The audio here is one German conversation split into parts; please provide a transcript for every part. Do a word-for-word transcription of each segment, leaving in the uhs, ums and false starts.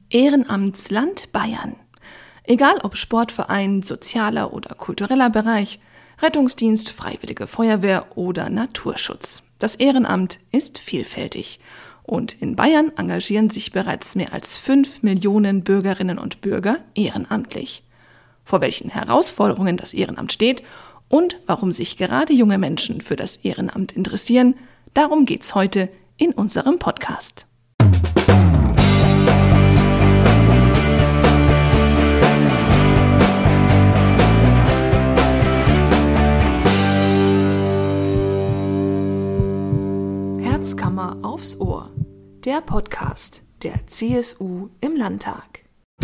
Ehrenamtsland Bayern. Egal ob Sportverein, sozialer oder kultureller Bereich, Rettungsdienst, Freiwillige Feuerwehr oder Naturschutz. Das Ehrenamt ist vielfältig. Und in Bayern engagieren sich bereits mehr als fünf Millionen Bürgerinnen und Bürger ehrenamtlich. Vor welchen Herausforderungen das Ehrenamt steht und warum sich gerade junge Menschen für das Ehrenamt interessieren, darum geht's heute in unserem Podcast. Herzkammer aufs Ohr, der Podcast der C S U im Landtag.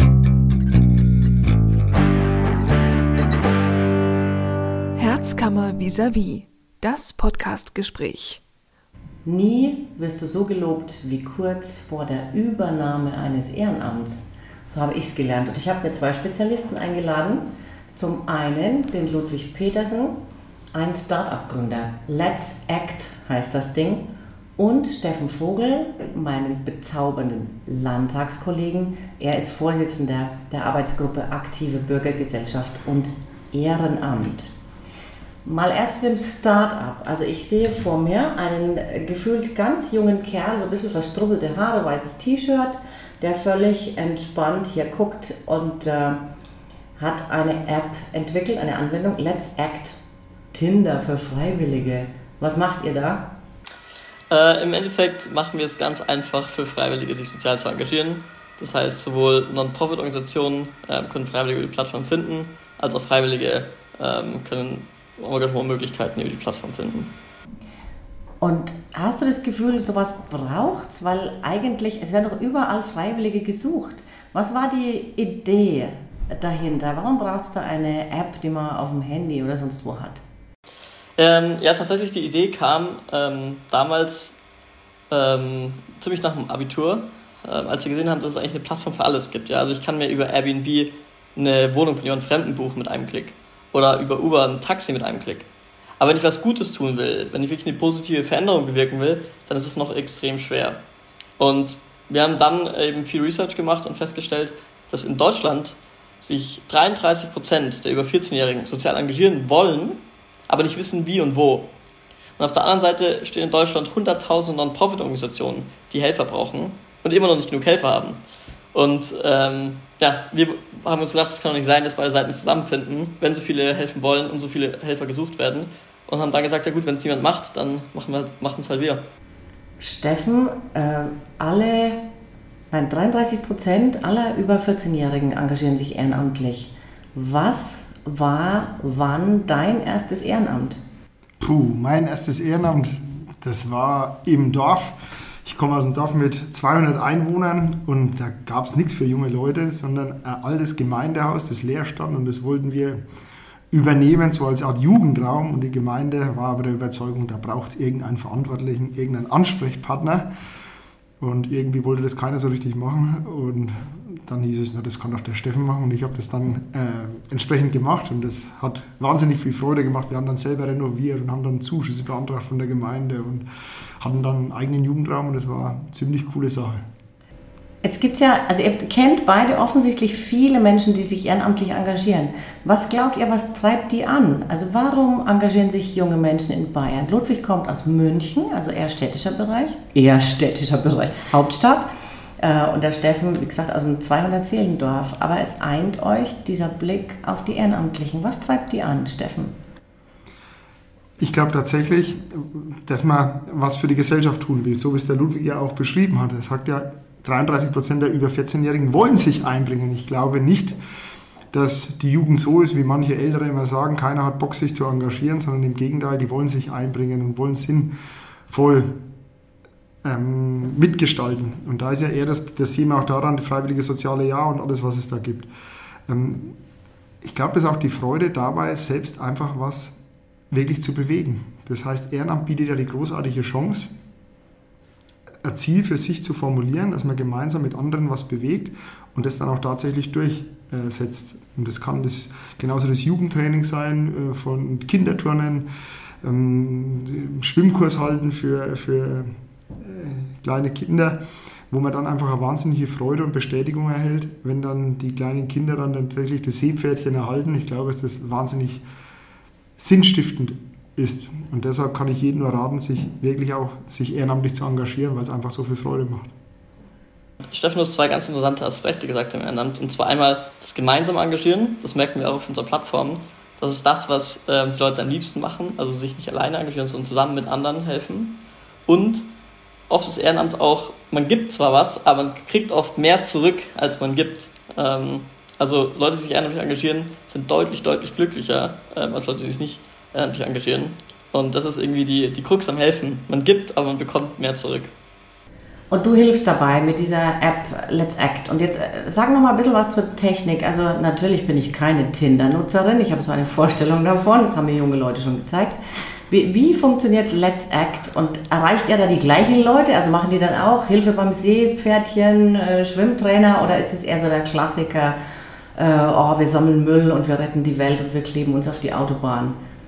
Herzkammer vis-à-vis, das Podcastgespräch. Nie wirst du so gelobt wie kurz vor der Übernahme eines Ehrenamts. So habe ich es gelernt. Und ich habe mir zwei Spezialisten eingeladen. Zum einen den Ludwig Petersen, ein Start-up-Gründer. Let's Act heißt das Ding. Und Steffen Vogel, meinen bezaubernden Landtagskollegen. Er ist Vorsitzender der Arbeitsgruppe Aktive Bürgergesellschaft und Ehrenamt. Mal erst zu dem Start-up. Also ich sehe vor mir einen gefühlt ganz jungen Kerl, so ein bisschen verstrubbelte Haare, weißes T-Shirt, der völlig entspannt hier guckt und äh, hat eine App entwickelt, eine Anwendung, Let's Act, Tinder für Freiwillige. Was macht ihr da? Äh, Im Endeffekt machen wir es ganz einfach für Freiwillige, sich sozial zu engagieren. Das heißt, sowohl Non-Profit-Organisationen äh, können Freiwillige über die Plattform finden, als auch Freiwillige äh, können Engagementmöglichkeiten über die Plattform finden. Und hast du das Gefühl, sowas braucht's? Weil eigentlich, es werden doch überall Freiwillige gesucht. Was war die Idee dahinter? Warum braucht es da eine App, die man auf dem Handy oder sonst wo hat? Ähm, ja, tatsächlich, die Idee kam ähm, damals ähm, ziemlich nach dem Abitur, ähm, als wir gesehen haben, dass es eigentlich eine Plattform für alles gibt. Ja? Also ich kann mir über Airbnb eine Wohnung von jemandem Fremden buchen mit einem Klick oder über Uber ein Taxi mit einem Klick. Aber wenn ich was Gutes tun will, wenn ich wirklich eine positive Veränderung bewirken will, dann ist es noch extrem schwer. Und wir haben dann eben viel Research gemacht und festgestellt, dass in Deutschland sich dreiunddreißig Prozent der über vierzehnjährigen sozial engagieren wollen, aber nicht wissen, wie und wo. Und auf der anderen Seite stehen in Deutschland hunderttausende Non-Profit-Organisationen, die Helfer brauchen und immer noch nicht genug Helfer haben. Und ähm, ja, wir haben uns gedacht, es kann doch nicht sein, dass beide Seiten nicht zusammenfinden, wenn so viele helfen wollen und so viele Helfer gesucht werden. Und haben dann gesagt, ja gut, wenn es niemand macht, dann machen wir machen es halt wir. Steffen, äh, alle, nein, dreiunddreißig Prozent aller über vierzehnjährigen engagieren sich ehrenamtlich. Was war wann dein erstes Ehrenamt? Puh, mein erstes Ehrenamt, das war im Dorf. Ich komme aus einem Dorf mit zweihundert Einwohnern und da gab es nichts für junge Leute, sondern ein altes Gemeindehaus, das leer stand und das wollten wir übernehmen, so als Art Jugendraum. Und die Gemeinde war aber der Überzeugung, da braucht es irgendeinen Verantwortlichen, irgendeinen Ansprechpartner. Und irgendwie wollte das keiner so richtig machen. Und dann hieß es, na, das kann doch der Steffen machen. Und ich habe das dann äh, entsprechend gemacht. Und das hat wahnsinnig viel Freude gemacht. Wir haben dann selber renoviert und haben dann Zuschüsse beantragt von der Gemeinde und hatten dann einen eigenen Jugendraum. Und das war eine ziemlich coole Sache. Jetzt gibt es ja, also ihr kennt beide offensichtlich viele Menschen, die sich ehrenamtlich engagieren. Was glaubt ihr, was treibt die an? Also warum engagieren sich junge Menschen in Bayern? Ludwig kommt aus München, also eher städtischer Bereich, eher städtischer Bereich, Hauptstadt. Und der Steffen, wie gesagt, aus einem zweihundert-Seelendorf. Aber es eint euch dieser Blick auf die Ehrenamtlichen. Was treibt die an, Steffen? Ich glaube tatsächlich, dass man was für die Gesellschaft tun will, so wie es der Ludwig ja auch beschrieben hat. Er sagt ja, dreiunddreißig Prozent der über vierzehnjährigen wollen sich einbringen. Ich glaube nicht, dass die Jugend so ist, wie manche Ältere immer sagen, keiner hat Bock, sich zu engagieren, sondern im Gegenteil, die wollen sich einbringen und wollen sinnvoll ähm, mitgestalten. Und da ist ja eher, das, das sehen wir auch daran, das freiwillige soziale Jahr und alles, was es da gibt. Ähm, ich glaube, es ist auch die Freude dabei, selbst einfach was wirklich zu bewegen. Das heißt, Ehrenamt bietet ja die großartige Chance, ein Ziel für sich zu formulieren, dass man gemeinsam mit anderen was bewegt und das dann auch tatsächlich durchsetzt. Und das kann das, genauso das Jugendtraining sein, äh, von Kinderturnen, ähm, Schwimmkurs halten für, für äh, kleine Kinder, wo man dann einfach eine wahnsinnige Freude und Bestätigung erhält, wenn dann die kleinen Kinder dann tatsächlich das Seepferdchen erhalten. Ich glaube, dass das wahnsinnig sinnstiftend ist. Und deshalb kann ich jedem nur raten, sich wirklich auch sich ehrenamtlich zu engagieren, weil es einfach so viel Freude macht. Steffen, du hast zwei ganz interessante Aspekte gesagt im Ehrenamt. Und zwar einmal das gemeinsame Engagieren, das merken wir auch auf unserer Plattform. Das ist das, was äh, die Leute am liebsten machen, also sich nicht alleine engagieren, sondern zusammen mit anderen helfen. Und oft ist Ehrenamt auch, man gibt zwar was, aber man kriegt oft mehr zurück, als man gibt. Ähm, also Leute, die sich ehrenamtlich engagieren, sind deutlich, deutlich glücklicher ähm, als Leute, die sich nicht ehrenamtlich engagieren. Und das ist irgendwie die, die Krux am Helfen. Man gibt, aber man bekommt mehr zurück. Und du hilfst dabei mit dieser App Let's Act. Und jetzt äh, sag noch mal ein bisschen was zur Technik. Also natürlich bin ich keine Tinder-Nutzerin. Ich habe so eine Vorstellung davon. Das haben mir junge Leute schon gezeigt. Wie, wie funktioniert Let's Act? Und erreicht ihr da die gleichen Leute? Also machen die dann auch Hilfe beim Seepferdchen, äh, Schwimmtrainer? Oder ist es eher so der Klassiker, äh, oh, wir sammeln Müll und wir retten die Welt und wir kleben uns auf die Autobahn?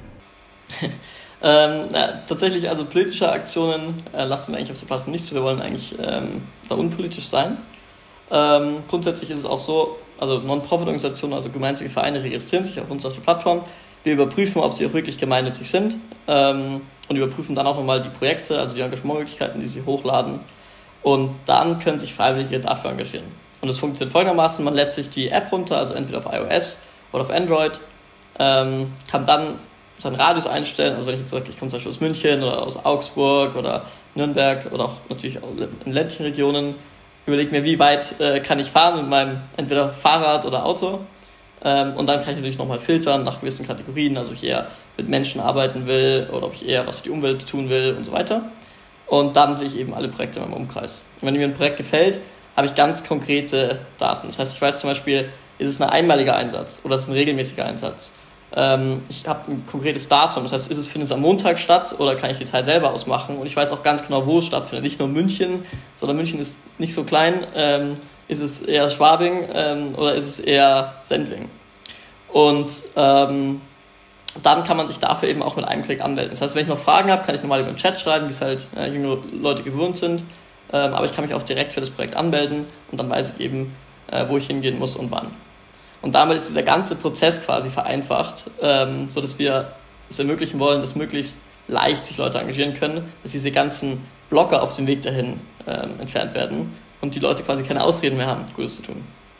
ähm, na, tatsächlich, also politische Aktionen äh, lassen wir eigentlich auf der Plattform nicht zu. Wir wollen eigentlich ähm, da unpolitisch sein. Ähm, grundsätzlich ist es auch so, also Non-Profit-Organisationen, also gemeinnützige Vereine registrieren sich auf uns auf der Plattform. Wir überprüfen, ob sie auch wirklich gemeinnützig sind ähm, und überprüfen dann auch nochmal die Projekte, also die Engagementmöglichkeiten, die sie hochladen. Und dann können sich Freiwillige dafür engagieren. Und es funktioniert folgendermaßen, man lädt sich die App runter, also entweder auf iOS oder auf Android, ähm, kann dann seinen Radius einstellen, also wenn ich jetzt sage, ich komme zum Beispiel aus München oder aus Augsburg oder Nürnberg oder auch natürlich auch in ländlichen Regionen, überlege mir, wie weit äh, kann ich fahren mit meinem entweder Fahrrad oder Auto. Ähm, und dann kann ich natürlich nochmal filtern nach gewissen Kategorien, also ob ich eher mit Menschen arbeiten will oder ob ich eher was für die Umwelt tun will und so weiter. Und dann sehe ich eben alle Projekte in meinem Umkreis. Und wenn mir ein Projekt gefällt, habe ich ganz konkrete Daten. Das heißt, ich weiß zum Beispiel, ist es ein einmaliger Einsatz oder ist es ein regelmäßiger Einsatz? Ähm, ich habe ein konkretes Datum, das heißt, ist es, findet es am Montag statt oder kann ich die Zeit selber ausmachen? Und ich weiß auch ganz genau, wo es stattfindet. Nicht nur München, sondern München ist nicht so klein. Ähm, ist es eher Schwabing ähm, oder ist es eher Sendling? Und ähm, dann kann man sich dafür eben auch mit einem Klick anmelden. Das heißt, wenn ich noch Fragen habe, kann ich normal über den Chat schreiben, wie es halt äh, junge Leute gewohnt sind. Ähm, aber ich kann mich auch direkt für das Projekt anmelden und dann weiß ich eben, äh, wo ich hingehen muss und wann. Und damit ist dieser ganze Prozess quasi vereinfacht, ähm, sodass wir es ermöglichen wollen, dass möglichst leicht sich Leute engagieren können, dass diese ganzen Blocker auf dem Weg dahin ähm, entfernt werden und die Leute quasi keine Ausreden mehr haben, Gutes zu tun.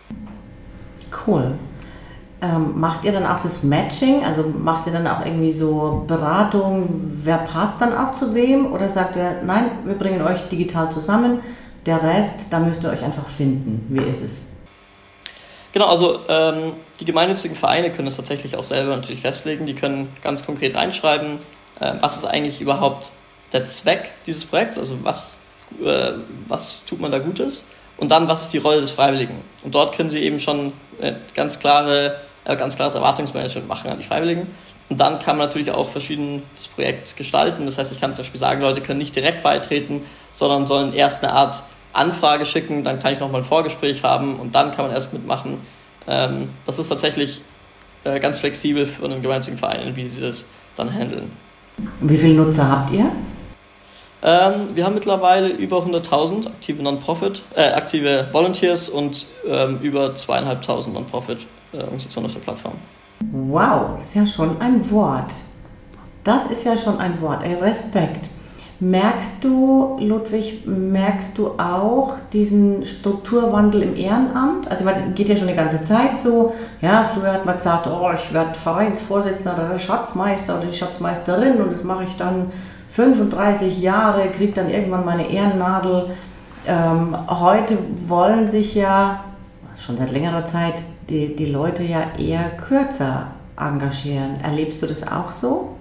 Cool. Ähm, macht ihr dann auch das Matching? Also macht ihr dann auch irgendwie so Beratung, wer passt dann auch zu wem? Oder sagt ihr, nein, wir bringen euch digital zusammen, der Rest, da müsst ihr euch einfach finden. Wie ist es? Genau, also ähm, die gemeinnützigen Vereine können das tatsächlich auch selber natürlich festlegen. Die können ganz konkret reinschreiben, äh, was ist eigentlich überhaupt der Zweck dieses Projekts, also was, äh, was tut man da Gutes und dann, was ist die Rolle des Freiwilligen. Und dort können sie eben schon äh, ganz, klare, äh, ganz klares Erwartungsmanagement machen an die Freiwilligen. Und dann kann man natürlich auch verschieden das Projekt gestalten. Das heißt, ich kann zum Beispiel sagen, Leute können nicht direkt beitreten, sondern sollen erst eine Art Anfrage schicken, dann kann ich nochmal ein Vorgespräch haben und dann kann man erst mitmachen. Ähm, das ist tatsächlich äh, ganz flexibel für einen gemeinnützigen Verein, wie sie das dann handeln. Wie viele Nutzer habt ihr? Ähm, wir haben mittlerweile über hunderttausend aktive Non-Profit, äh, aktive Volunteers und ähm, über zweieinhalbtausend Non-Profit-Organisationen auf der Plattform. Wow, das ist ja schon ein Wort. Das ist ja schon ein Wort, ey, Respekt. Merkst du, Ludwig, merkst du auch diesen Strukturwandel im Ehrenamt? Also es geht ja schon eine ganze Zeit so. Ja, früher hat man gesagt, oh, ich werde Vereinsvorsitzender oder der Schatzmeister oder die Schatzmeisterin und das mache ich dann fünfunddreißig Jahre, kriege dann irgendwann meine Ehrennadel. Ähm, heute wollen sich ja, schon seit längerer Zeit, die, die Leute ja eher kürzer engagieren. Erlebst du das auch so?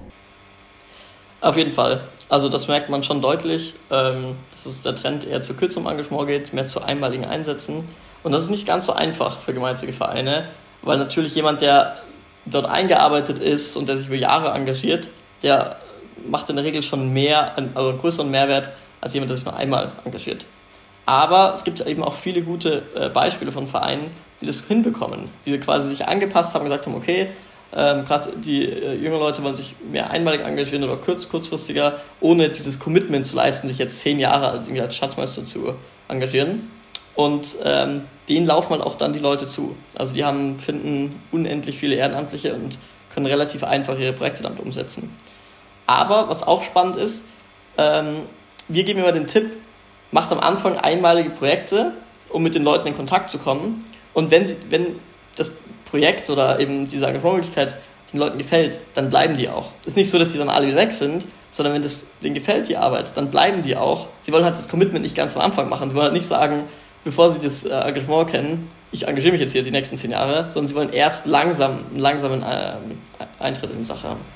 Auf jeden Fall. Also das merkt man schon deutlich, ähm, dass es der Trend eher zu kürzerem Engagement geht, mehr zu einmaligen Einsätzen. Und das ist nicht ganz so einfach für gemeinnützige Vereine, weil natürlich jemand, der dort eingearbeitet ist und der sich über Jahre engagiert, der macht in der Regel schon mehr, also einen größeren Mehrwert als jemand, der sich nur einmal engagiert. Aber es gibt eben auch viele gute äh, Beispiele von Vereinen, die das hinbekommen, die quasi sich angepasst haben und gesagt haben, okay, Ähm, gerade die äh, jungen Leute wollen sich mehr einmalig engagieren oder kurz, kurzfristiger, ohne dieses Commitment zu leisten, sich jetzt zehn Jahre als, irgendwie als Schatzmeister zu engagieren. Und ähm, denen laufen halt auch dann die Leute zu. Also die haben, finden unendlich viele Ehrenamtliche und können relativ einfach ihre Projekte damit umsetzen. Aber was auch spannend ist, ähm, wir geben immer den Tipp, macht am Anfang einmalige Projekte, um mit den Leuten in Kontakt zu kommen. Und wenn, sie, wenn das Projekt oder eben diese Engagementmöglichkeit den Leuten gefällt, dann bleiben die auch. Es ist nicht so, dass die dann alle wieder weg sind, sondern wenn das denen gefällt, die Arbeit, dann bleiben die auch. Sie wollen halt das Commitment nicht ganz am Anfang machen. Sie wollen halt nicht sagen, bevor sie das Engagement kennen, ich engagiere mich jetzt hier die nächsten zehn Jahre, sondern sie wollen erst langsam, einen langsamen Eintritt in die Sache haben.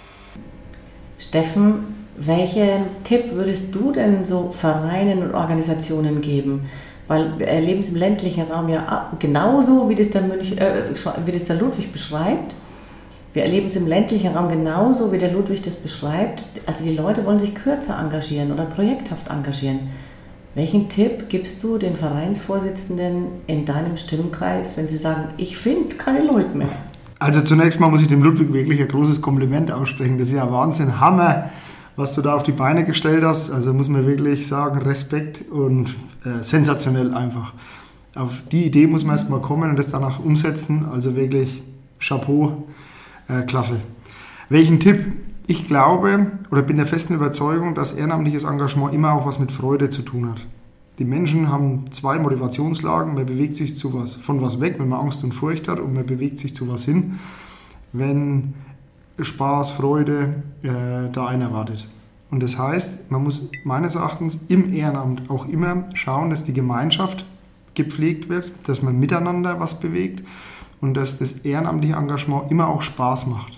Steffen, welchen Tipp würdest du denn so Vereinen und Organisationen geben? Weil wir erleben es im ländlichen Raum ja genauso, wie das der, Münch, äh, wie das der Ludwig beschreibt. Wir erleben es im ländlichen Raum genauso, wie der Ludwig das beschreibt. Also die Leute wollen sich kürzer engagieren oder projekthaft engagieren. Welchen Tipp gibst du den Vereinsvorsitzenden in deinem Stimmkreis, wenn sie sagen, ich finde keine Leute mehr? Also zunächst mal muss ich dem Ludwig wirklich ein großes Kompliment aussprechen. Das ist ja Wahnsinn, Hammer, was du da auf die Beine gestellt hast. Also muss man wirklich sagen, Respekt und äh, sensationell einfach. Auf die Idee muss man erst mal kommen und das danach umsetzen. Also wirklich Chapeau, äh, klasse. Welchen Tipp? Ich glaube oder bin der festen Überzeugung, dass ehrenamtliches Engagement immer auch was mit Freude zu tun hat. Die Menschen haben zwei Motivationslagen. Man bewegt sich zu was, von was weg, wenn man Angst und Furcht hat, und man bewegt sich zu was hin, wenn Spaß, Freude äh, da einen erwartet. Und das heißt, man muss meines Erachtens im Ehrenamt auch immer schauen, dass die Gemeinschaft gepflegt wird, dass man miteinander was bewegt und dass das ehrenamtliche Engagement immer auch Spaß macht.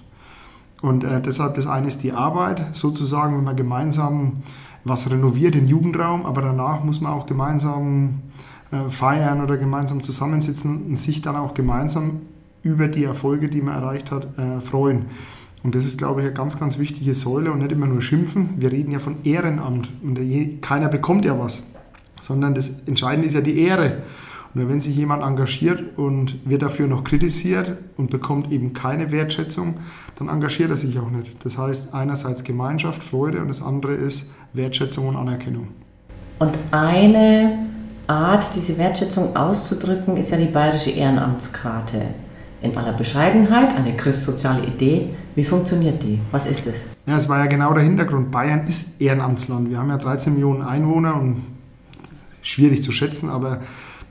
Und äh, deshalb, das eine ist die Arbeit, sozusagen, wenn man gemeinsam was renoviert, den Jugendraum, aber danach muss man auch gemeinsam äh, feiern oder gemeinsam zusammensitzen und sich dann auch gemeinsam über die Erfolge, die man erreicht hat, äh, freuen. Und das ist, glaube ich, eine ganz, ganz wichtige Säule und nicht immer nur schimpfen. Wir reden ja von Ehrenamt und keiner bekommt ja was, sondern das Entscheidende ist ja die Ehre. Und wenn sich jemand engagiert und wird dafür noch kritisiert und bekommt eben keine Wertschätzung, dann engagiert er sich auch nicht. Das heißt, einerseits Gemeinschaft, Freude und das andere ist Wertschätzung und Anerkennung. Und eine Art, diese Wertschätzung auszudrücken, ist ja die bayerische Ehrenamtskarte. In aller Bescheidenheit, eine christsoziale Idee. Wie funktioniert die? Was ist es? Ja, es war ja genau der Hintergrund. Bayern ist Ehrenamtsland. Wir haben ja dreizehn Millionen Einwohner und schwierig zu schätzen, aber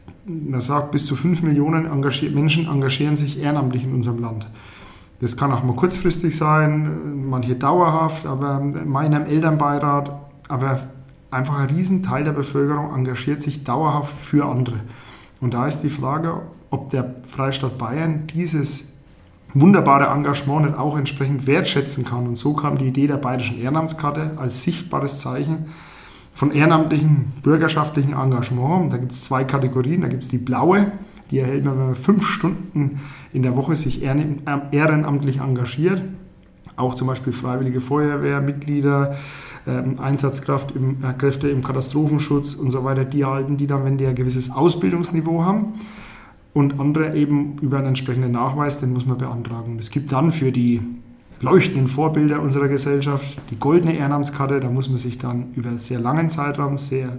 man sagt, bis zu fünf Millionen engagier- Menschen engagieren sich ehrenamtlich in unserem Land. Das kann auch mal kurzfristig sein, manche dauerhaft, aber mal in einem Elternbeirat. Aber einfach ein Riesenteil der Bevölkerung engagiert sich dauerhaft für andere. Und da ist die Frage, ob der Freistaat Bayern dieses wunderbare Engagement nicht auch entsprechend wertschätzen kann. Und so kam die Idee der Bayerischen Ehrenamtskarte als sichtbares Zeichen von ehrenamtlichem, bürgerschaftlichem Engagement. Da gibt es zwei Kategorien. Da gibt es die blaue, die erhält man, wenn man fünf Stunden in der Woche sich ehrenamtlich engagiert. Auch zum Beispiel Freiwillige Feuerwehr, Mitglieder, ähm, Einsatzkräfte im, äh, Kräfte im Katastrophenschutz und so weiter. Die erhalten die dann, wenn die ein gewisses Ausbildungsniveau haben. Und andere eben über einen entsprechenden Nachweis, den muss man beantragen. Es gibt dann für die leuchtenden Vorbilder unserer Gesellschaft die goldene Ehrenamtskarte. Da muss man sich dann über einen sehr langen Zeitraum sehr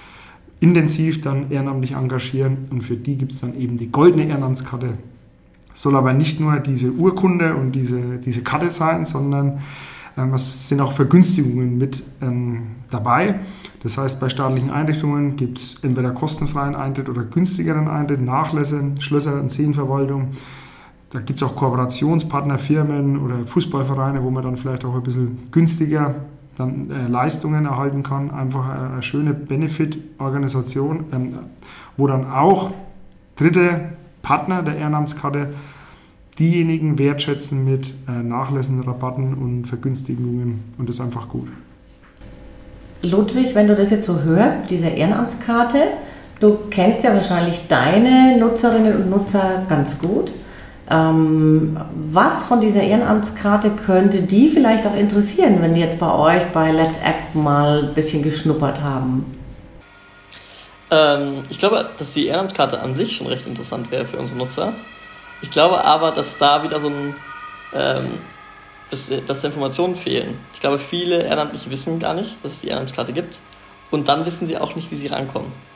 intensiv dann ehrenamtlich engagieren. Und für die gibt es dann eben die goldene Ehrenamtskarte. Soll aber nicht nur diese Urkunde und diese, diese Karte sein, sondern ähm, es sind auch Vergünstigungen mit ähm, dabei. Das heißt, bei staatlichen Einrichtungen gibt es entweder kostenfreien Eintritt oder günstigeren Eintritt, Nachlässe, Schlösser- und Seenverwaltung. Da gibt es auch Kooperationspartner, Firmen oder Fußballvereine, wo man dann vielleicht auch ein bisschen günstiger dann, äh, Leistungen erhalten kann. Einfach eine, eine schöne Benefit-Organisation, ähm, wo dann auch dritte Partner der Ehrenamtskarte diejenigen wertschätzen mit äh, Nachlässen, Rabatten und Vergünstigungen. Und das ist einfach gut. Ludwig, wenn du das jetzt so hörst, diese Ehrenamtskarte, du kennst ja wahrscheinlich deine Nutzerinnen und Nutzer ganz gut. Ähm, was von dieser Ehrenamtskarte könnte die vielleicht auch interessieren, wenn die jetzt bei euch bei Let's Act mal ein bisschen geschnuppert haben? Ähm, ich glaube, dass die Ehrenamtskarte an sich schon recht interessant wäre für unsere Nutzer. Ich glaube aber, dass da wieder so ein, ähm, dass, dass Informationen fehlen. Ich glaube, viele Ehrenamtliche wissen gar nicht, dass es die Ehrenamtskarte gibt. Und dann wissen sie auch nicht, wie sie rankommen.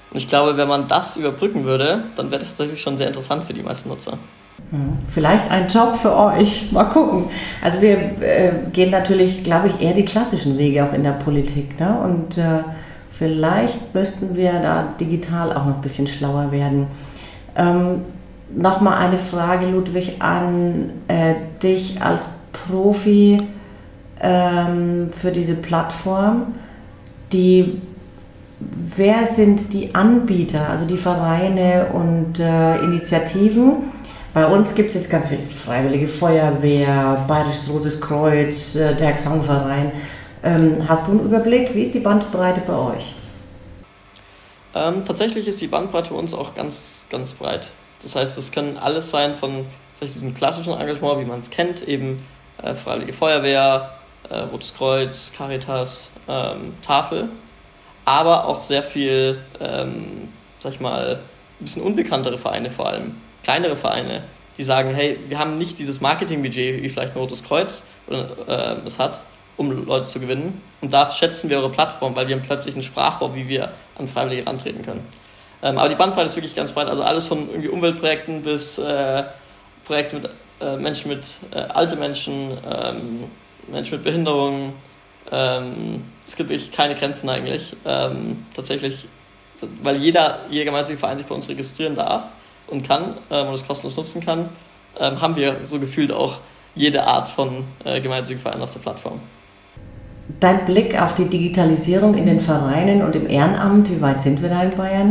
Und ich glaube, wenn man das überbrücken würde, dann wäre das tatsächlich schon sehr interessant für die meisten Nutzer. Vielleicht ein Job für euch, mal gucken. Also wir äh, gehen natürlich, glaube ich, eher die klassischen Wege auch in der Politik. Ne? Und äh, vielleicht müssten wir da digital auch noch ein bisschen schlauer werden. Ähm, Nochmal eine Frage, Ludwig, an äh, dich als Profi ähm, für diese Plattform. Die, wer sind die Anbieter, also die Vereine und äh, Initiativen? Bei uns gibt es jetzt ganz viel Freiwillige Feuerwehr, Bayerisches Rotes Kreuz, äh, der Gesangverein. Ähm, hast du einen Überblick? Wie ist die Bandbreite bei euch? Ähm, tatsächlich ist die Bandbreite bei uns auch ganz, ganz breit. Das heißt, es kann alles sein von diesem klassischen Engagement, wie man es kennt, eben äh, Freiwillige Feuerwehr, äh, Rotes Kreuz, Caritas, ähm, Tafel, aber auch sehr viel, ähm, sag ich mal, ein bisschen unbekanntere Vereine vor allem, kleinere Vereine, die sagen, hey, wir haben nicht dieses Marketingbudget, wie vielleicht ein Rotes Kreuz oder, äh, es hat, um Leute zu gewinnen. Und da schätzen wir eure Plattform, weil wir haben plötzlich ein Sprachrohr, wie wir an Freiwillige rantreten können. Ähm, aber die Bandbreite ist wirklich ganz breit, also alles von irgendwie Umweltprojekten bis äh, Projekte mit äh, Menschen mit, äh, alte Menschen, ähm, Menschen mit Behinderungen. Ähm, es gibt wirklich keine Grenzen eigentlich. Ähm, tatsächlich, weil jeder, jeder gemeinnützige Verein sich bei uns registrieren darf und kann ähm, und es kostenlos nutzen kann, ähm, haben wir so gefühlt auch jede Art von äh, gemeinnützigen Vereinen auf der Plattform. Dein Blick auf die Digitalisierung in den Vereinen und im Ehrenamt, wie weit sind wir da in Bayern?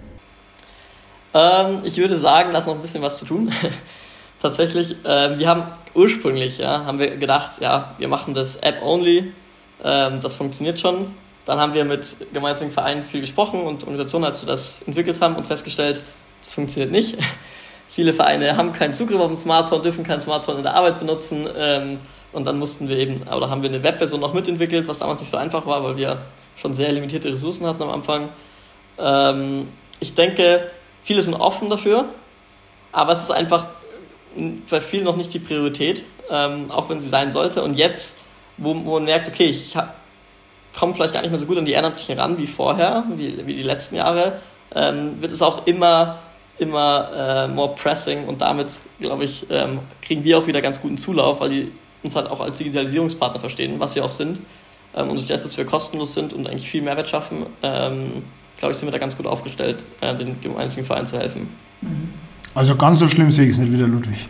Ähm, ich würde sagen, da ist noch ein bisschen was zu tun. Tatsächlich, ähm, wir haben ursprünglich, ja, haben wir gedacht, ja, wir machen das App-only, ähm, das funktioniert schon. Dann haben wir mit gemeinnützigen Vereinen viel gesprochen und Organisationen, als wir das entwickelt haben und festgestellt, das funktioniert nicht. Viele Vereine haben keinen Zugriff auf ein Smartphone, dürfen kein Smartphone in der Arbeit benutzen, ähm, und dann mussten wir eben, oder haben wir eine Webversion noch mitentwickelt, was damals nicht so einfach war, weil wir schon sehr limitierte Ressourcen hatten am Anfang. Ähm, ich denke, viele sind offen dafür, aber es ist einfach bei vielen noch nicht die Priorität, ähm, auch wenn sie sein sollte. Und jetzt, wo, wo man merkt, okay, ich komme vielleicht gar nicht mehr so gut an die Ehrenamtlichen ran wie vorher, wie, wie die letzten Jahre, ähm, wird es auch immer, immer äh, more pressing und damit, glaube ich, ähm, kriegen wir auch wieder ganz guten Zulauf, weil die uns halt auch als Digitalisierungspartner verstehen, was wir auch sind. Ähm, und durch das, dass wir kostenlos sind und eigentlich viel Mehrwert schaffen, ähm, glaube ich, sind wir da ganz gut aufgestellt, äh, den gemeinnützigen Vereinen zu helfen. Also ganz so schlimm sehe ich es nicht wie der Ludwig.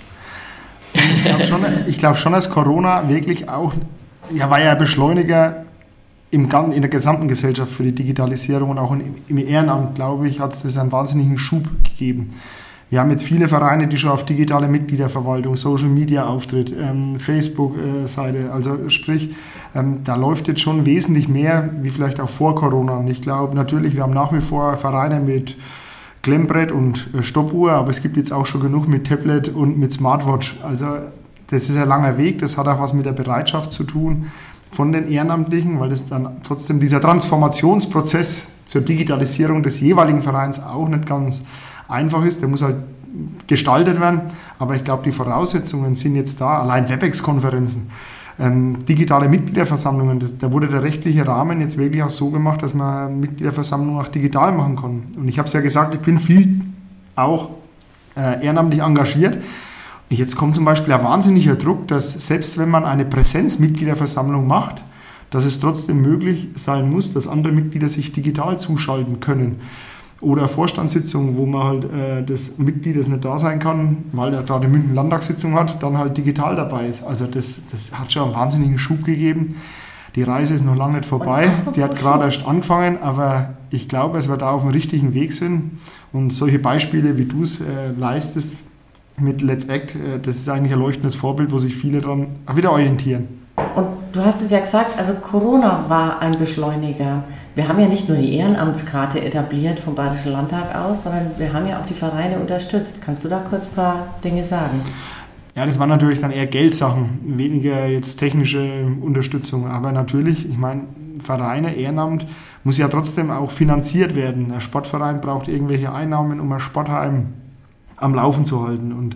Ich glaube schon, ich glaub schon, dass Corona wirklich auch, ja, war ja ein Beschleuniger im, in der gesamten Gesellschaft für die Digitalisierung und auch im Ehrenamt, glaube ich, hat es das einen wahnsinnigen Schub gegeben. Wir haben jetzt viele Vereine, die schon auf digitale Mitgliederverwaltung, Social Media Auftritt, ähm, Facebook-Seite, also sprich, ähm, da läuft jetzt schon wesentlich mehr, wie vielleicht auch vor Corona. Und ich glaube natürlich, wir haben nach wie vor Vereine mit Klemmbrett und äh, Stoppuhr, aber es gibt jetzt auch schon genug mit Tablet und mit Smartwatch. Also das ist ein langer Weg, das hat auch was mit der Bereitschaft zu tun von den Ehrenamtlichen, weil das dann trotzdem dieser Transformationsprozess zur Digitalisierung des jeweiligen Vereins auch nicht ganz einfach ist, der muss halt gestaltet werden, aber ich glaube, die Voraussetzungen sind jetzt da, allein WebEx-Konferenzen, ähm, digitale Mitgliederversammlungen, das, da wurde der rechtliche Rahmen jetzt wirklich auch so gemacht, dass man Mitgliederversammlungen auch digital machen kann. Und ich habe es ja gesagt, ich bin viel auch äh, ehrenamtlich engagiert. Und jetzt kommt zum Beispiel ein wahnsinniger Druck, dass selbst wenn man eine Präsenzmitgliederversammlung macht, dass es trotzdem möglich sein muss, dass andere Mitglieder sich digital zuschalten können. Oder Vorstandssitzungen, wo man halt äh, das Mitglied, das nicht da sein kann, weil er gerade München Landtagssitzung hat, dann halt digital dabei ist. Also das, das hat schon einen wahnsinnigen Schub gegeben. Die Reise ist noch lange nicht vorbei, die hat gerade erst angefangen, aber ich glaube, dass wir da auf dem richtigen Weg sind. Und solche Beispiele, wie du es äh, leistest mit Let's Act, äh, das ist eigentlich ein leuchtendes Vorbild, wo sich viele dann auch wieder orientieren. Und du hast es ja gesagt, also Corona war ein Beschleuniger. Wir haben ja nicht nur die Ehrenamtskarte etabliert vom Bayerischen Landtag aus, sondern wir haben ja auch die Vereine unterstützt. Kannst du da kurz ein paar Dinge sagen? Ja, das waren natürlich dann eher Geldsachen, weniger jetzt technische Unterstützung. Aber natürlich, ich meine, Vereine, Ehrenamt muss ja trotzdem auch finanziert werden. Ein Sportverein braucht irgendwelche Einnahmen, um ein Sportheim am Laufen zu halten. Und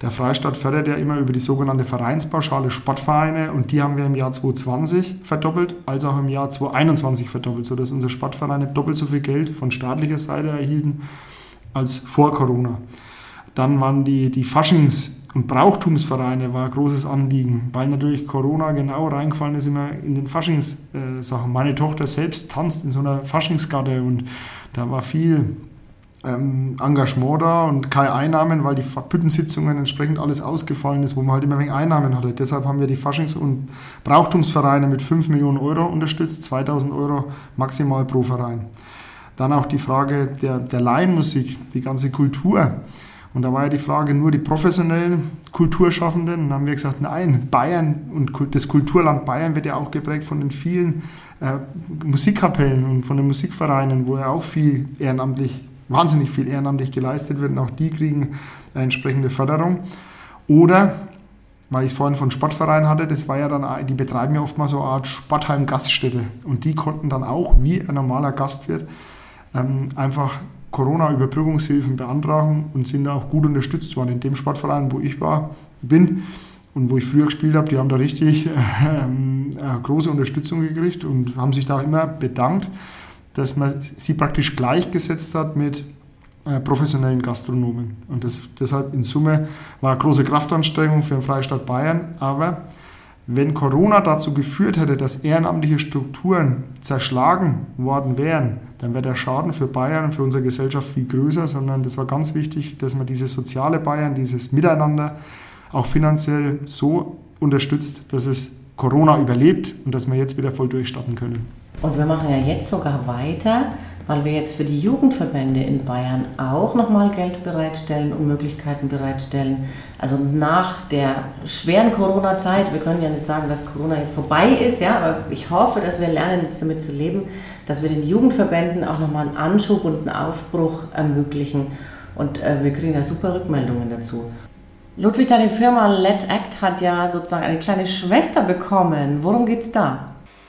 Der Freistaat fördert ja immer über die sogenannte Vereinspauschale Sportvereine und die haben wir im Jahr zwanzig zwanzig verdoppelt, als auch im Jahr zwanzig einundzwanzig verdoppelt, sodass unsere Sportvereine doppelt so viel Geld von staatlicher Seite erhielten als vor Corona. Dann waren die, die Faschings- und Brauchtumsvereine war ein großes Anliegen, weil natürlich Corona genau reingefallen ist immer in den Faschingssachen. Meine Tochter selbst tanzt in so einer Faschingsgarde und da war viel ähm, Engagement da und keine Einnahmen, weil die Büttensitzungen entsprechend alles ausgefallen ist, wo man halt immer wenig Einnahmen hatte. Deshalb haben wir die Faschings- und Brauchtumsvereine mit fünf Millionen Euro unterstützt, zweitausend Euro maximal pro Verein. Dann auch die Frage der, der Laienmusik, die ganze Kultur. Und da war ja die Frage, nur die professionellen Kulturschaffenden. Und dann haben wir gesagt, nein, Bayern und das Kulturland Bayern wird ja auch geprägt von den vielen äh, Musikkapellen und von den Musikvereinen, wo ja auch viel ehrenamtlich, wahnsinnig viel ehrenamtlich geleistet wird. Und auch die kriegen äh, entsprechende Förderung. Oder, weil ich es vorhin von Sportvereinen hatte, das war ja dann, die betreiben ja oft mal so eine Art Sportheim-Gaststätte. Und die konnten dann auch, wie ein normaler Gastwirt, ähm, einfach Corona-Überbrückungshilfen beantragen und sind da auch gut unterstützt worden. In dem Sportverein, wo ich war, bin und wo ich früher gespielt habe, die haben da richtig ähm, eine große Unterstützung gekriegt und haben sich da auch immer bedankt, dass man sie praktisch gleichgesetzt hat mit äh, professionellen Gastronomen. Und das, deshalb in Summe war eine große Kraftanstrengung für den Freistaat Bayern, aber wenn Corona dazu geführt hätte, dass ehrenamtliche Strukturen zerschlagen worden wären, dann wäre der Schaden für Bayern und für unsere Gesellschaft viel größer, sondern das war ganz wichtig, dass man dieses soziale Bayern, dieses Miteinander auch finanziell so unterstützt, dass es Corona überlebt und dass wir jetzt wieder voll durchstarten können. Und wir machen ja jetzt sogar weiter, weil wir jetzt für die Jugendverbände in Bayern auch nochmal Geld bereitstellen und Möglichkeiten bereitstellen. Also nach der schweren Corona-Zeit, wir können ja nicht sagen, dass Corona jetzt vorbei ist, ja, aber ich hoffe, dass wir lernen, jetzt damit zu leben, dass wir den Jugendverbänden auch nochmal einen Anschub und einen Aufbruch ermöglichen. Und äh, wir kriegen ja super Rückmeldungen dazu. Ludwig, deine Firma Let's Act hat ja sozusagen eine kleine Schwester bekommen. Worum geht's da?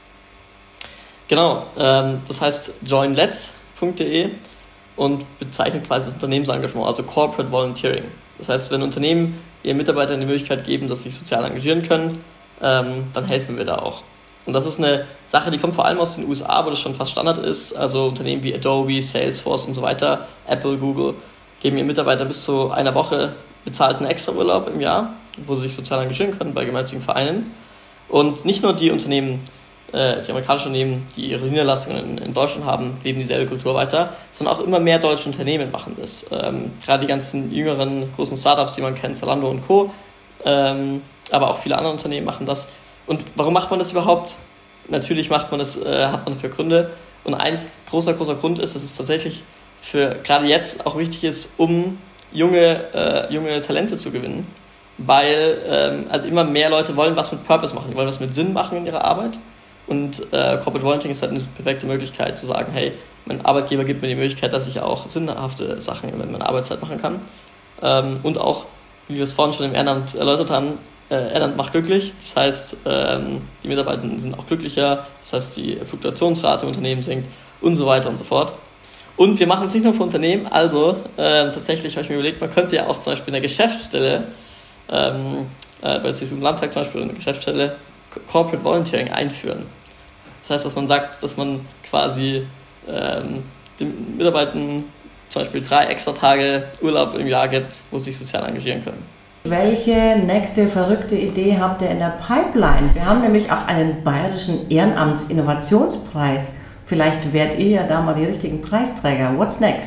Genau, ähm, das heißt join lets punkt de und bezeichnet quasi das Unternehmensengagement, also Corporate Volunteering. Das heißt, wenn Unternehmen ihren Mitarbeitern die Möglichkeit geben, dass sie sich sozial engagieren können, ähm, dann helfen wir da auch. Und das ist eine Sache, die kommt vor allem aus den U S A, wo das schon fast Standard ist. Also Unternehmen wie Adobe, Salesforce und so weiter, Apple, Google, geben ihren Mitarbeitern bis zu einer Woche bezahlten Extraurlaub im Jahr, wo sie sich sozial engagieren können bei gemeinnützigen Vereinen. Und nicht nur die Unternehmen, die amerikanischen Unternehmen, die ihre Niederlassungen in Deutschland haben, leben dieselbe Kultur weiter, sondern auch immer mehr deutsche Unternehmen machen das. Ähm, gerade die ganzen jüngeren großen Startups, die man kennt, Zalando und Co., ähm, aber auch viele andere Unternehmen machen das. Und warum macht man das überhaupt? Natürlich macht man das, äh, hat man für Gründe. Und ein großer, großer Grund ist, dass es tatsächlich für gerade jetzt auch wichtig ist, um junge, äh, junge Talente zu gewinnen, weil ähm, halt immer mehr Leute wollen was mit Purpose machen, die wollen was mit Sinn machen in ihrer Arbeit. Und äh, Corporate Volunteering ist halt eine perfekte Möglichkeit zu sagen, hey, mein Arbeitgeber gibt mir die Möglichkeit, dass ich auch sinnhafte Sachen in meiner Arbeitszeit machen kann. Ähm, und auch, wie wir es vorhin schon im Ehrenamt erläutert haben, äh, Ehrenamt macht glücklich. Das heißt, ähm, die Mitarbeiter sind auch glücklicher, das heißt, die Fluktuationsrate im Unternehmen sinkt und so weiter und so fort. Und wir machen es nicht nur für Unternehmen, also äh, tatsächlich habe ich mir überlegt, man könnte ja auch zum Beispiel in der Geschäftsstelle, ähm, äh, bei diesem Landtag zum Beispiel in der Geschäftsstelle, Corporate Volunteering einführen. Das heißt, dass man sagt, dass man quasi ähm, den Mitarbeitern zum Beispiel drei extra Tage Urlaub im Jahr gibt, wo sie sich sozial engagieren können. Welche nächste verrückte Idee habt ihr in der Pipeline? Wir haben nämlich auch einen bayerischen Ehrenamts-Innovationspreis. Vielleicht werdet ihr ja da mal die richtigen Preisträger. What's next?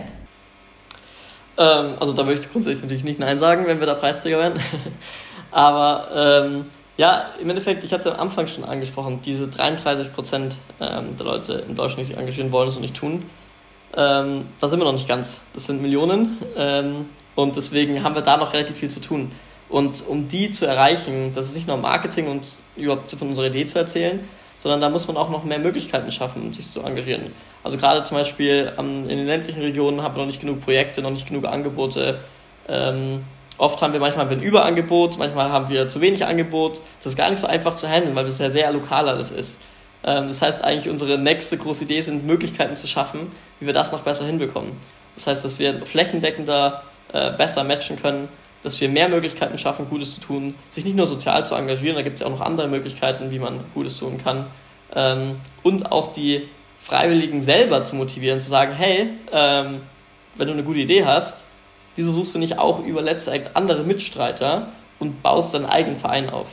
Ähm, also da würde ich grundsätzlich natürlich nicht Nein sagen, wenn wir da Preisträger wären. Aber ähm, ja, im Endeffekt, ich hatte es am Anfang schon angesprochen, diese dreiunddreißig Prozent ähm, der Leute in Deutschland, die sich engagieren wollen, es noch nicht tun, ähm, da sind wir noch nicht ganz. Das sind Millionen ähm, und deswegen haben wir da noch relativ viel zu tun. Und um die zu erreichen, das ist nicht nur Marketing und überhaupt von unserer Idee zu erzählen, sondern da muss man auch noch mehr Möglichkeiten schaffen, sich zu engagieren. Also gerade zum Beispiel ähm, in den ländlichen Regionen haben wir noch nicht genug Projekte, noch nicht genug Angebote. Ähm, Oft haben wir manchmal ein Überangebot, manchmal haben wir zu wenig Angebot. Das ist gar nicht so einfach zu handeln, weil es ja sehr lokal alles ist. Das heißt eigentlich, unsere nächste große Idee sind, Möglichkeiten zu schaffen, wie wir das noch besser hinbekommen. Das heißt, dass wir flächendeckender besser matchen können, dass wir mehr Möglichkeiten schaffen, Gutes zu tun, sich nicht nur sozial zu engagieren, da gibt es ja auch noch andere Möglichkeiten, wie man Gutes tun kann, ähm, und auch die Freiwilligen selber zu motivieren, zu sagen, hey, ähm, wenn du eine gute Idee hast, wieso suchst du nicht auch über Let's Act andere Mitstreiter und baust deinen eigenen Verein auf?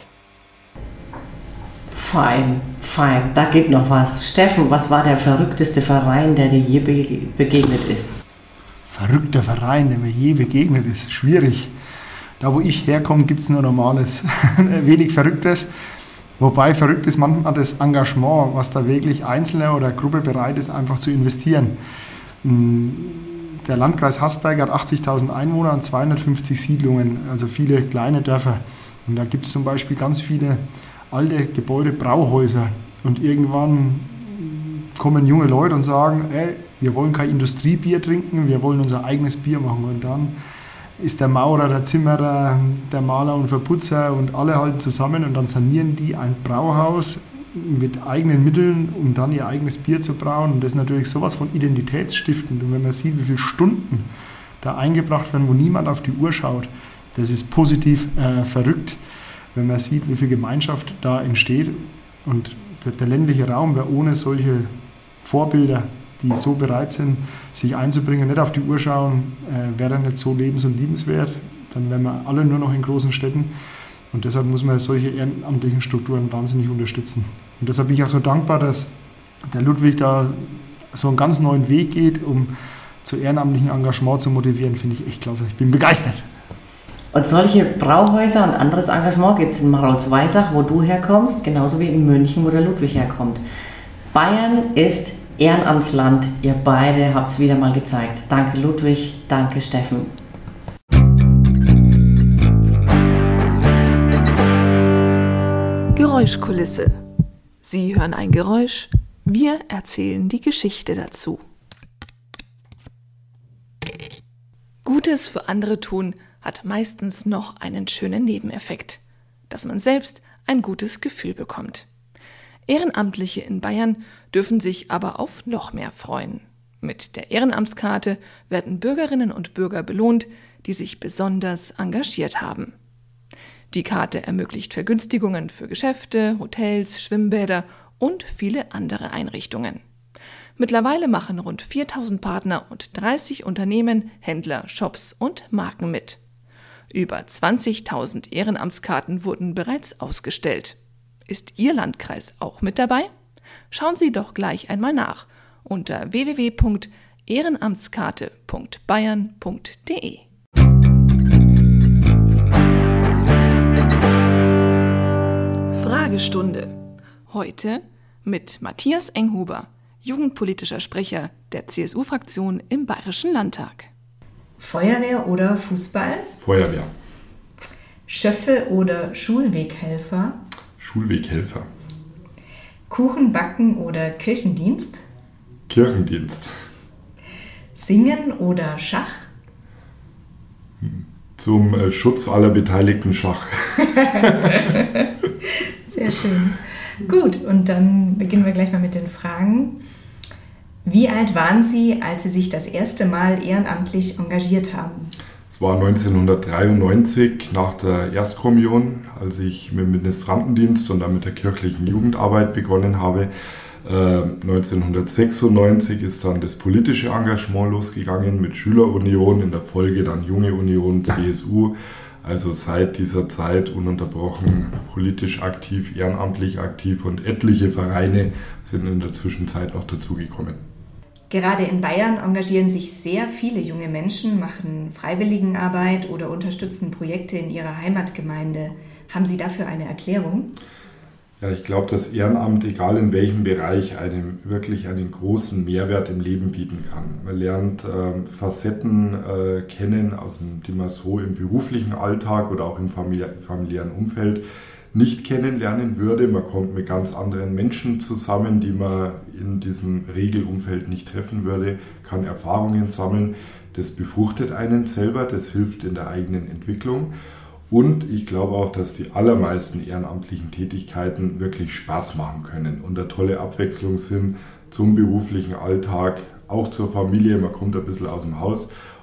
Fein, fein, da geht noch was. Steffen, was war der verrückteste Verein, der dir je be- begegnet ist? Verrückter Verein, der mir je begegnet ist, schwierig. Da, wo ich herkomme, gibt es nur Normales, wenig Verrücktes. Wobei verrückt ist manchmal das Engagement, was da wirklich Einzelne oder Gruppe bereit ist, einfach zu investieren. Der Landkreis Haßberg hat achtzigtausend Einwohner und zweihundertfünfzig Siedlungen, also viele kleine Dörfer. Und da gibt es zum Beispiel ganz viele alte Gebäude, Brauhäuser. Und irgendwann kommen junge Leute und sagen, ey, wir wollen kein Industriebier trinken, wir wollen unser eigenes Bier machen. Und dann ist der Maurer, der Zimmerer, der Maler und Verputzer und alle halten zusammen und dann sanieren die ein Brauhaus mit eigenen Mitteln, um dann ihr eigenes Bier zu brauen. Und das ist natürlich sowas von identitätsstiftend. Und wenn man sieht, wie viele Stunden da eingebracht werden, wo niemand auf die Uhr schaut, das ist positiv äh, verrückt, wenn man sieht, wie viel Gemeinschaft da entsteht. Und der, der ländliche Raum wäre ohne solche Vorbilder, die so bereit sind, sich einzubringen, nicht auf die Uhr schauen, äh, wäre nicht so lebens- und liebenswert. Dann wären wir alle nur noch in großen Städten. Und deshalb muss man solche ehrenamtlichen Strukturen wahnsinnig unterstützen. Und deshalb bin ich auch so dankbar, dass der Ludwig da so einen ganz neuen Weg geht, um zu ehrenamtlichen Engagement zu motivieren. Finde ich echt klasse. Ich bin begeistert. Und solche Brauhäuser und anderes Engagement gibt es in Marolz-Weisach, wo du herkommst, genauso wie in München, wo der Ludwig herkommt. Bayern ist Ehrenamtsland. Ihr beide habt es wieder mal gezeigt. Danke Ludwig, danke Steffen. Geräuschkulisse. Sie hören ein Geräusch, wir erzählen die Geschichte dazu. Gutes für andere tun hat meistens noch einen schönen Nebeneffekt, dass man selbst ein gutes Gefühl bekommt. Ehrenamtliche in Bayern dürfen sich aber auf noch mehr freuen. Mit der Ehrenamtskarte werden Bürgerinnen und Bürger belohnt, die sich besonders engagiert haben. Die Karte ermöglicht Vergünstigungen für Geschäfte, Hotels, Schwimmbäder und viele andere Einrichtungen. Mittlerweile machen rund viertausend Partner und dreißig Unternehmen, Händler, Shops und Marken mit. Über zwanzigtausend Ehrenamtskarten wurden bereits ausgestellt. Ist Ihr Landkreis auch mit dabei? Schauen Sie doch gleich einmal nach unter w w w punkt ehrenamtskarte punkt bayern punkt d e. Fragestunde. Heute mit Matthias Enghuber, jugendpolitischer Sprecher der C S U-Fraktion im Bayerischen Landtag. Feuerwehr oder Fußball? Feuerwehr. Schöffe oder Schulweghelfer? Schulweghelfer. Kuchen backen oder Kirchendienst? Kirchendienst. Singen oder Schach? Zum äh, Schutz aller Beteiligten Schach. Sehr schön. Gut, und dann beginnen wir gleich mal mit den Fragen. Wie alt waren Sie, als Sie sich das erste Mal ehrenamtlich engagiert haben? Es war neunzehnhundertdreiundneunzig nach der Erstkommunion, als ich mit dem Ministrantendienst und dann mit der kirchlichen Jugendarbeit begonnen habe. Äh, neunzehnhundertsechsundneunzig ist dann das politische Engagement losgegangen mit Schülerunion, in der Folge dann Junge Union, C S U. Also seit dieser Zeit ununterbrochen politisch aktiv, ehrenamtlich aktiv und etliche Vereine sind in der Zwischenzeit noch dazugekommen. Gerade in Bayern engagieren sich sehr viele junge Menschen, machen Freiwilligenarbeit oder unterstützen Projekte in ihrer Heimatgemeinde. Haben Sie dafür eine Erklärung? Ja, ich glaube, dass Ehrenamt, egal in welchem Bereich, einem wirklich einen großen Mehrwert im Leben bieten kann. Man lernt äh, Facetten äh, kennen, aus dem, die man so im beruflichen Alltag oder auch im famili- familiären Umfeld nicht kennenlernen würde. Man kommt mit ganz anderen Menschen zusammen, die man in diesem Regelumfeld nicht treffen würde, kann Erfahrungen sammeln. Das befruchtet einen selber, das hilft in der eigenen Entwicklung. Und ich glaube auch, dass die allermeisten ehrenamtlichen Tätigkeiten wirklich Spaß machen können und eine tolle Abwechslung sind zum beruflichen Alltag, auch zur Familie. Man kommt ein bisschen aus dem Haus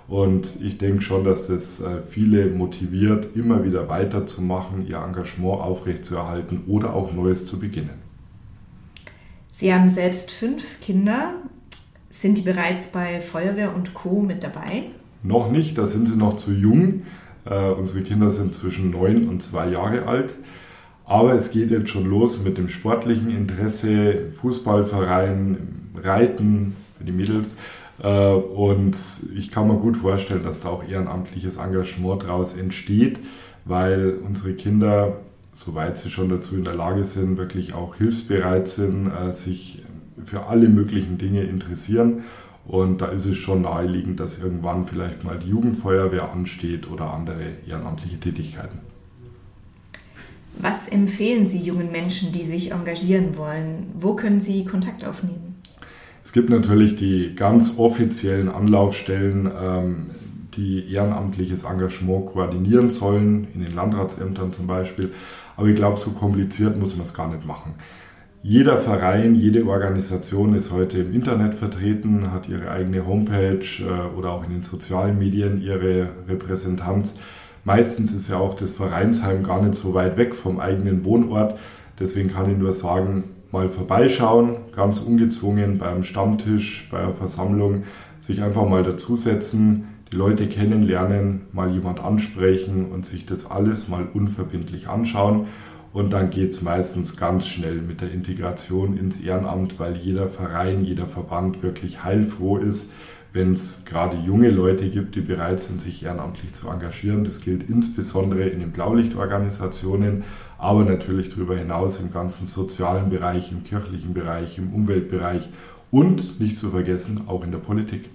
Und ich denke schon, dass das viele motiviert, immer wieder weiterzumachen, ihr Engagement aufrechtzuerhalten oder auch Neues zu beginnen. Sie haben selbst fünf Kinder. Sind die bereits bei Feuerwehr und Co. mit dabei? Noch nicht, da sind sie noch zu jung. Äh, unsere Kinder sind zwischen neun und zwei Jahre alt. Aber es geht jetzt schon los mit dem sportlichen Interesse, im Fußballverein, im Reiten für die Mädels. Äh, und ich kann mir gut vorstellen, dass da auch ehrenamtliches Engagement daraus entsteht, weil unsere Kinder, soweit sie schon dazu in der Lage sind, wirklich auch hilfsbereit sind, äh, sich für alle möglichen Dinge interessieren. Und da ist es schon naheliegend, dass irgendwann vielleicht mal die Jugendfeuerwehr ansteht oder andere ehrenamtliche Tätigkeiten. Was empfehlen Sie jungen Menschen, die sich engagieren wollen? Wo können sie Kontakt aufnehmen? Es gibt natürlich die ganz offiziellen Anlaufstellen, die ehrenamtliches Engagement koordinieren sollen, in den Landratsämtern zum Beispiel. Aber ich glaube, so kompliziert muss man es gar nicht machen. Jeder Verein, jede Organisation ist heute im Internet vertreten, hat ihre eigene Homepage oder auch in den sozialen Medien ihre Repräsentanz. Meistens ist ja auch das Vereinsheim gar nicht so weit weg vom eigenen Wohnort. Deswegen kann ich nur sagen, mal vorbeischauen, ganz ungezwungen beim Stammtisch, bei einer Versammlung, sich einfach mal dazusetzen, die Leute kennenlernen, mal jemand ansprechen und sich das alles mal unverbindlich anschauen. Und dann geht es meistens ganz schnell mit der Integration ins Ehrenamt, weil jeder Verein, jeder Verband wirklich heilfroh ist, wenn es gerade junge Leute gibt, die bereit sind, sich ehrenamtlich zu engagieren. Das gilt insbesondere in den Blaulichtorganisationen, aber natürlich darüber hinaus im ganzen sozialen Bereich, im kirchlichen Bereich, im Umweltbereich und nicht zu vergessen auch in der Politik.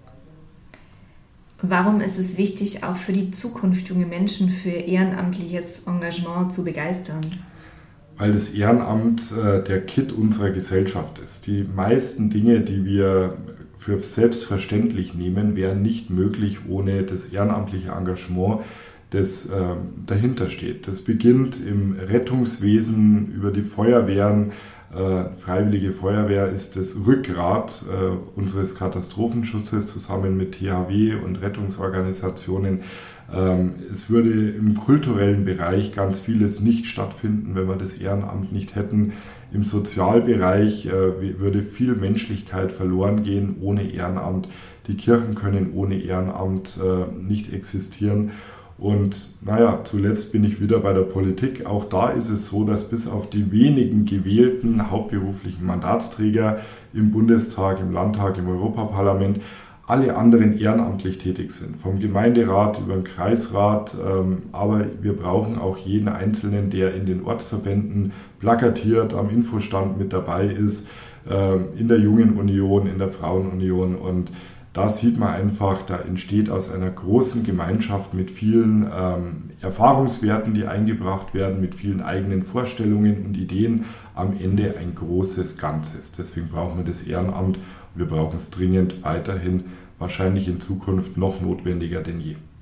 Warum ist es wichtig, auch für die Zukunft junge Menschen für ehrenamtliches Engagement zu begeistern? Weil das Ehrenamt äh, der Kitt unserer Gesellschaft ist. Die meisten Dinge, die wir für selbstverständlich nehmen, wären nicht möglich ohne das ehrenamtliche Engagement, das äh, dahinter steht. Das beginnt im Rettungswesen, über die Feuerwehren. Äh, Freiwillige Feuerwehr ist das Rückgrat äh, unseres Katastrophenschutzes zusammen mit T H W und Rettungsorganisationen. Ähm, es würde im kulturellen Bereich ganz vieles nicht stattfinden, wenn wir das Ehrenamt nicht hätten. Im Sozialbereich äh, würde viel Menschlichkeit verloren gehen ohne Ehrenamt. Die Kirchen können ohne Ehrenamt äh, nicht existieren. Und naja, zuletzt bin ich wieder bei der Politik. Auch da ist es so, dass bis auf die wenigen gewählten hauptberuflichen Mandatsträger im Bundestag, im Landtag, im Europaparlament alle anderen ehrenamtlich tätig sind. Vom Gemeinderat über den Kreisrat. Aber wir brauchen auch jeden Einzelnen, der in den Ortsverbänden plakatiert, am Infostand mit dabei ist, in der Jungen Union, in der Frauenunion. Und da sieht man einfach, da entsteht aus einer großen Gemeinschaft mit vielen ähm, Erfahrungswerten, die eingebracht werden, mit vielen eigenen Vorstellungen und Ideen am Ende ein großes Ganzes. Deswegen brauchen wir das Ehrenamt und wir brauchen es dringend weiterhin, wahrscheinlich in Zukunft noch notwendiger denn je.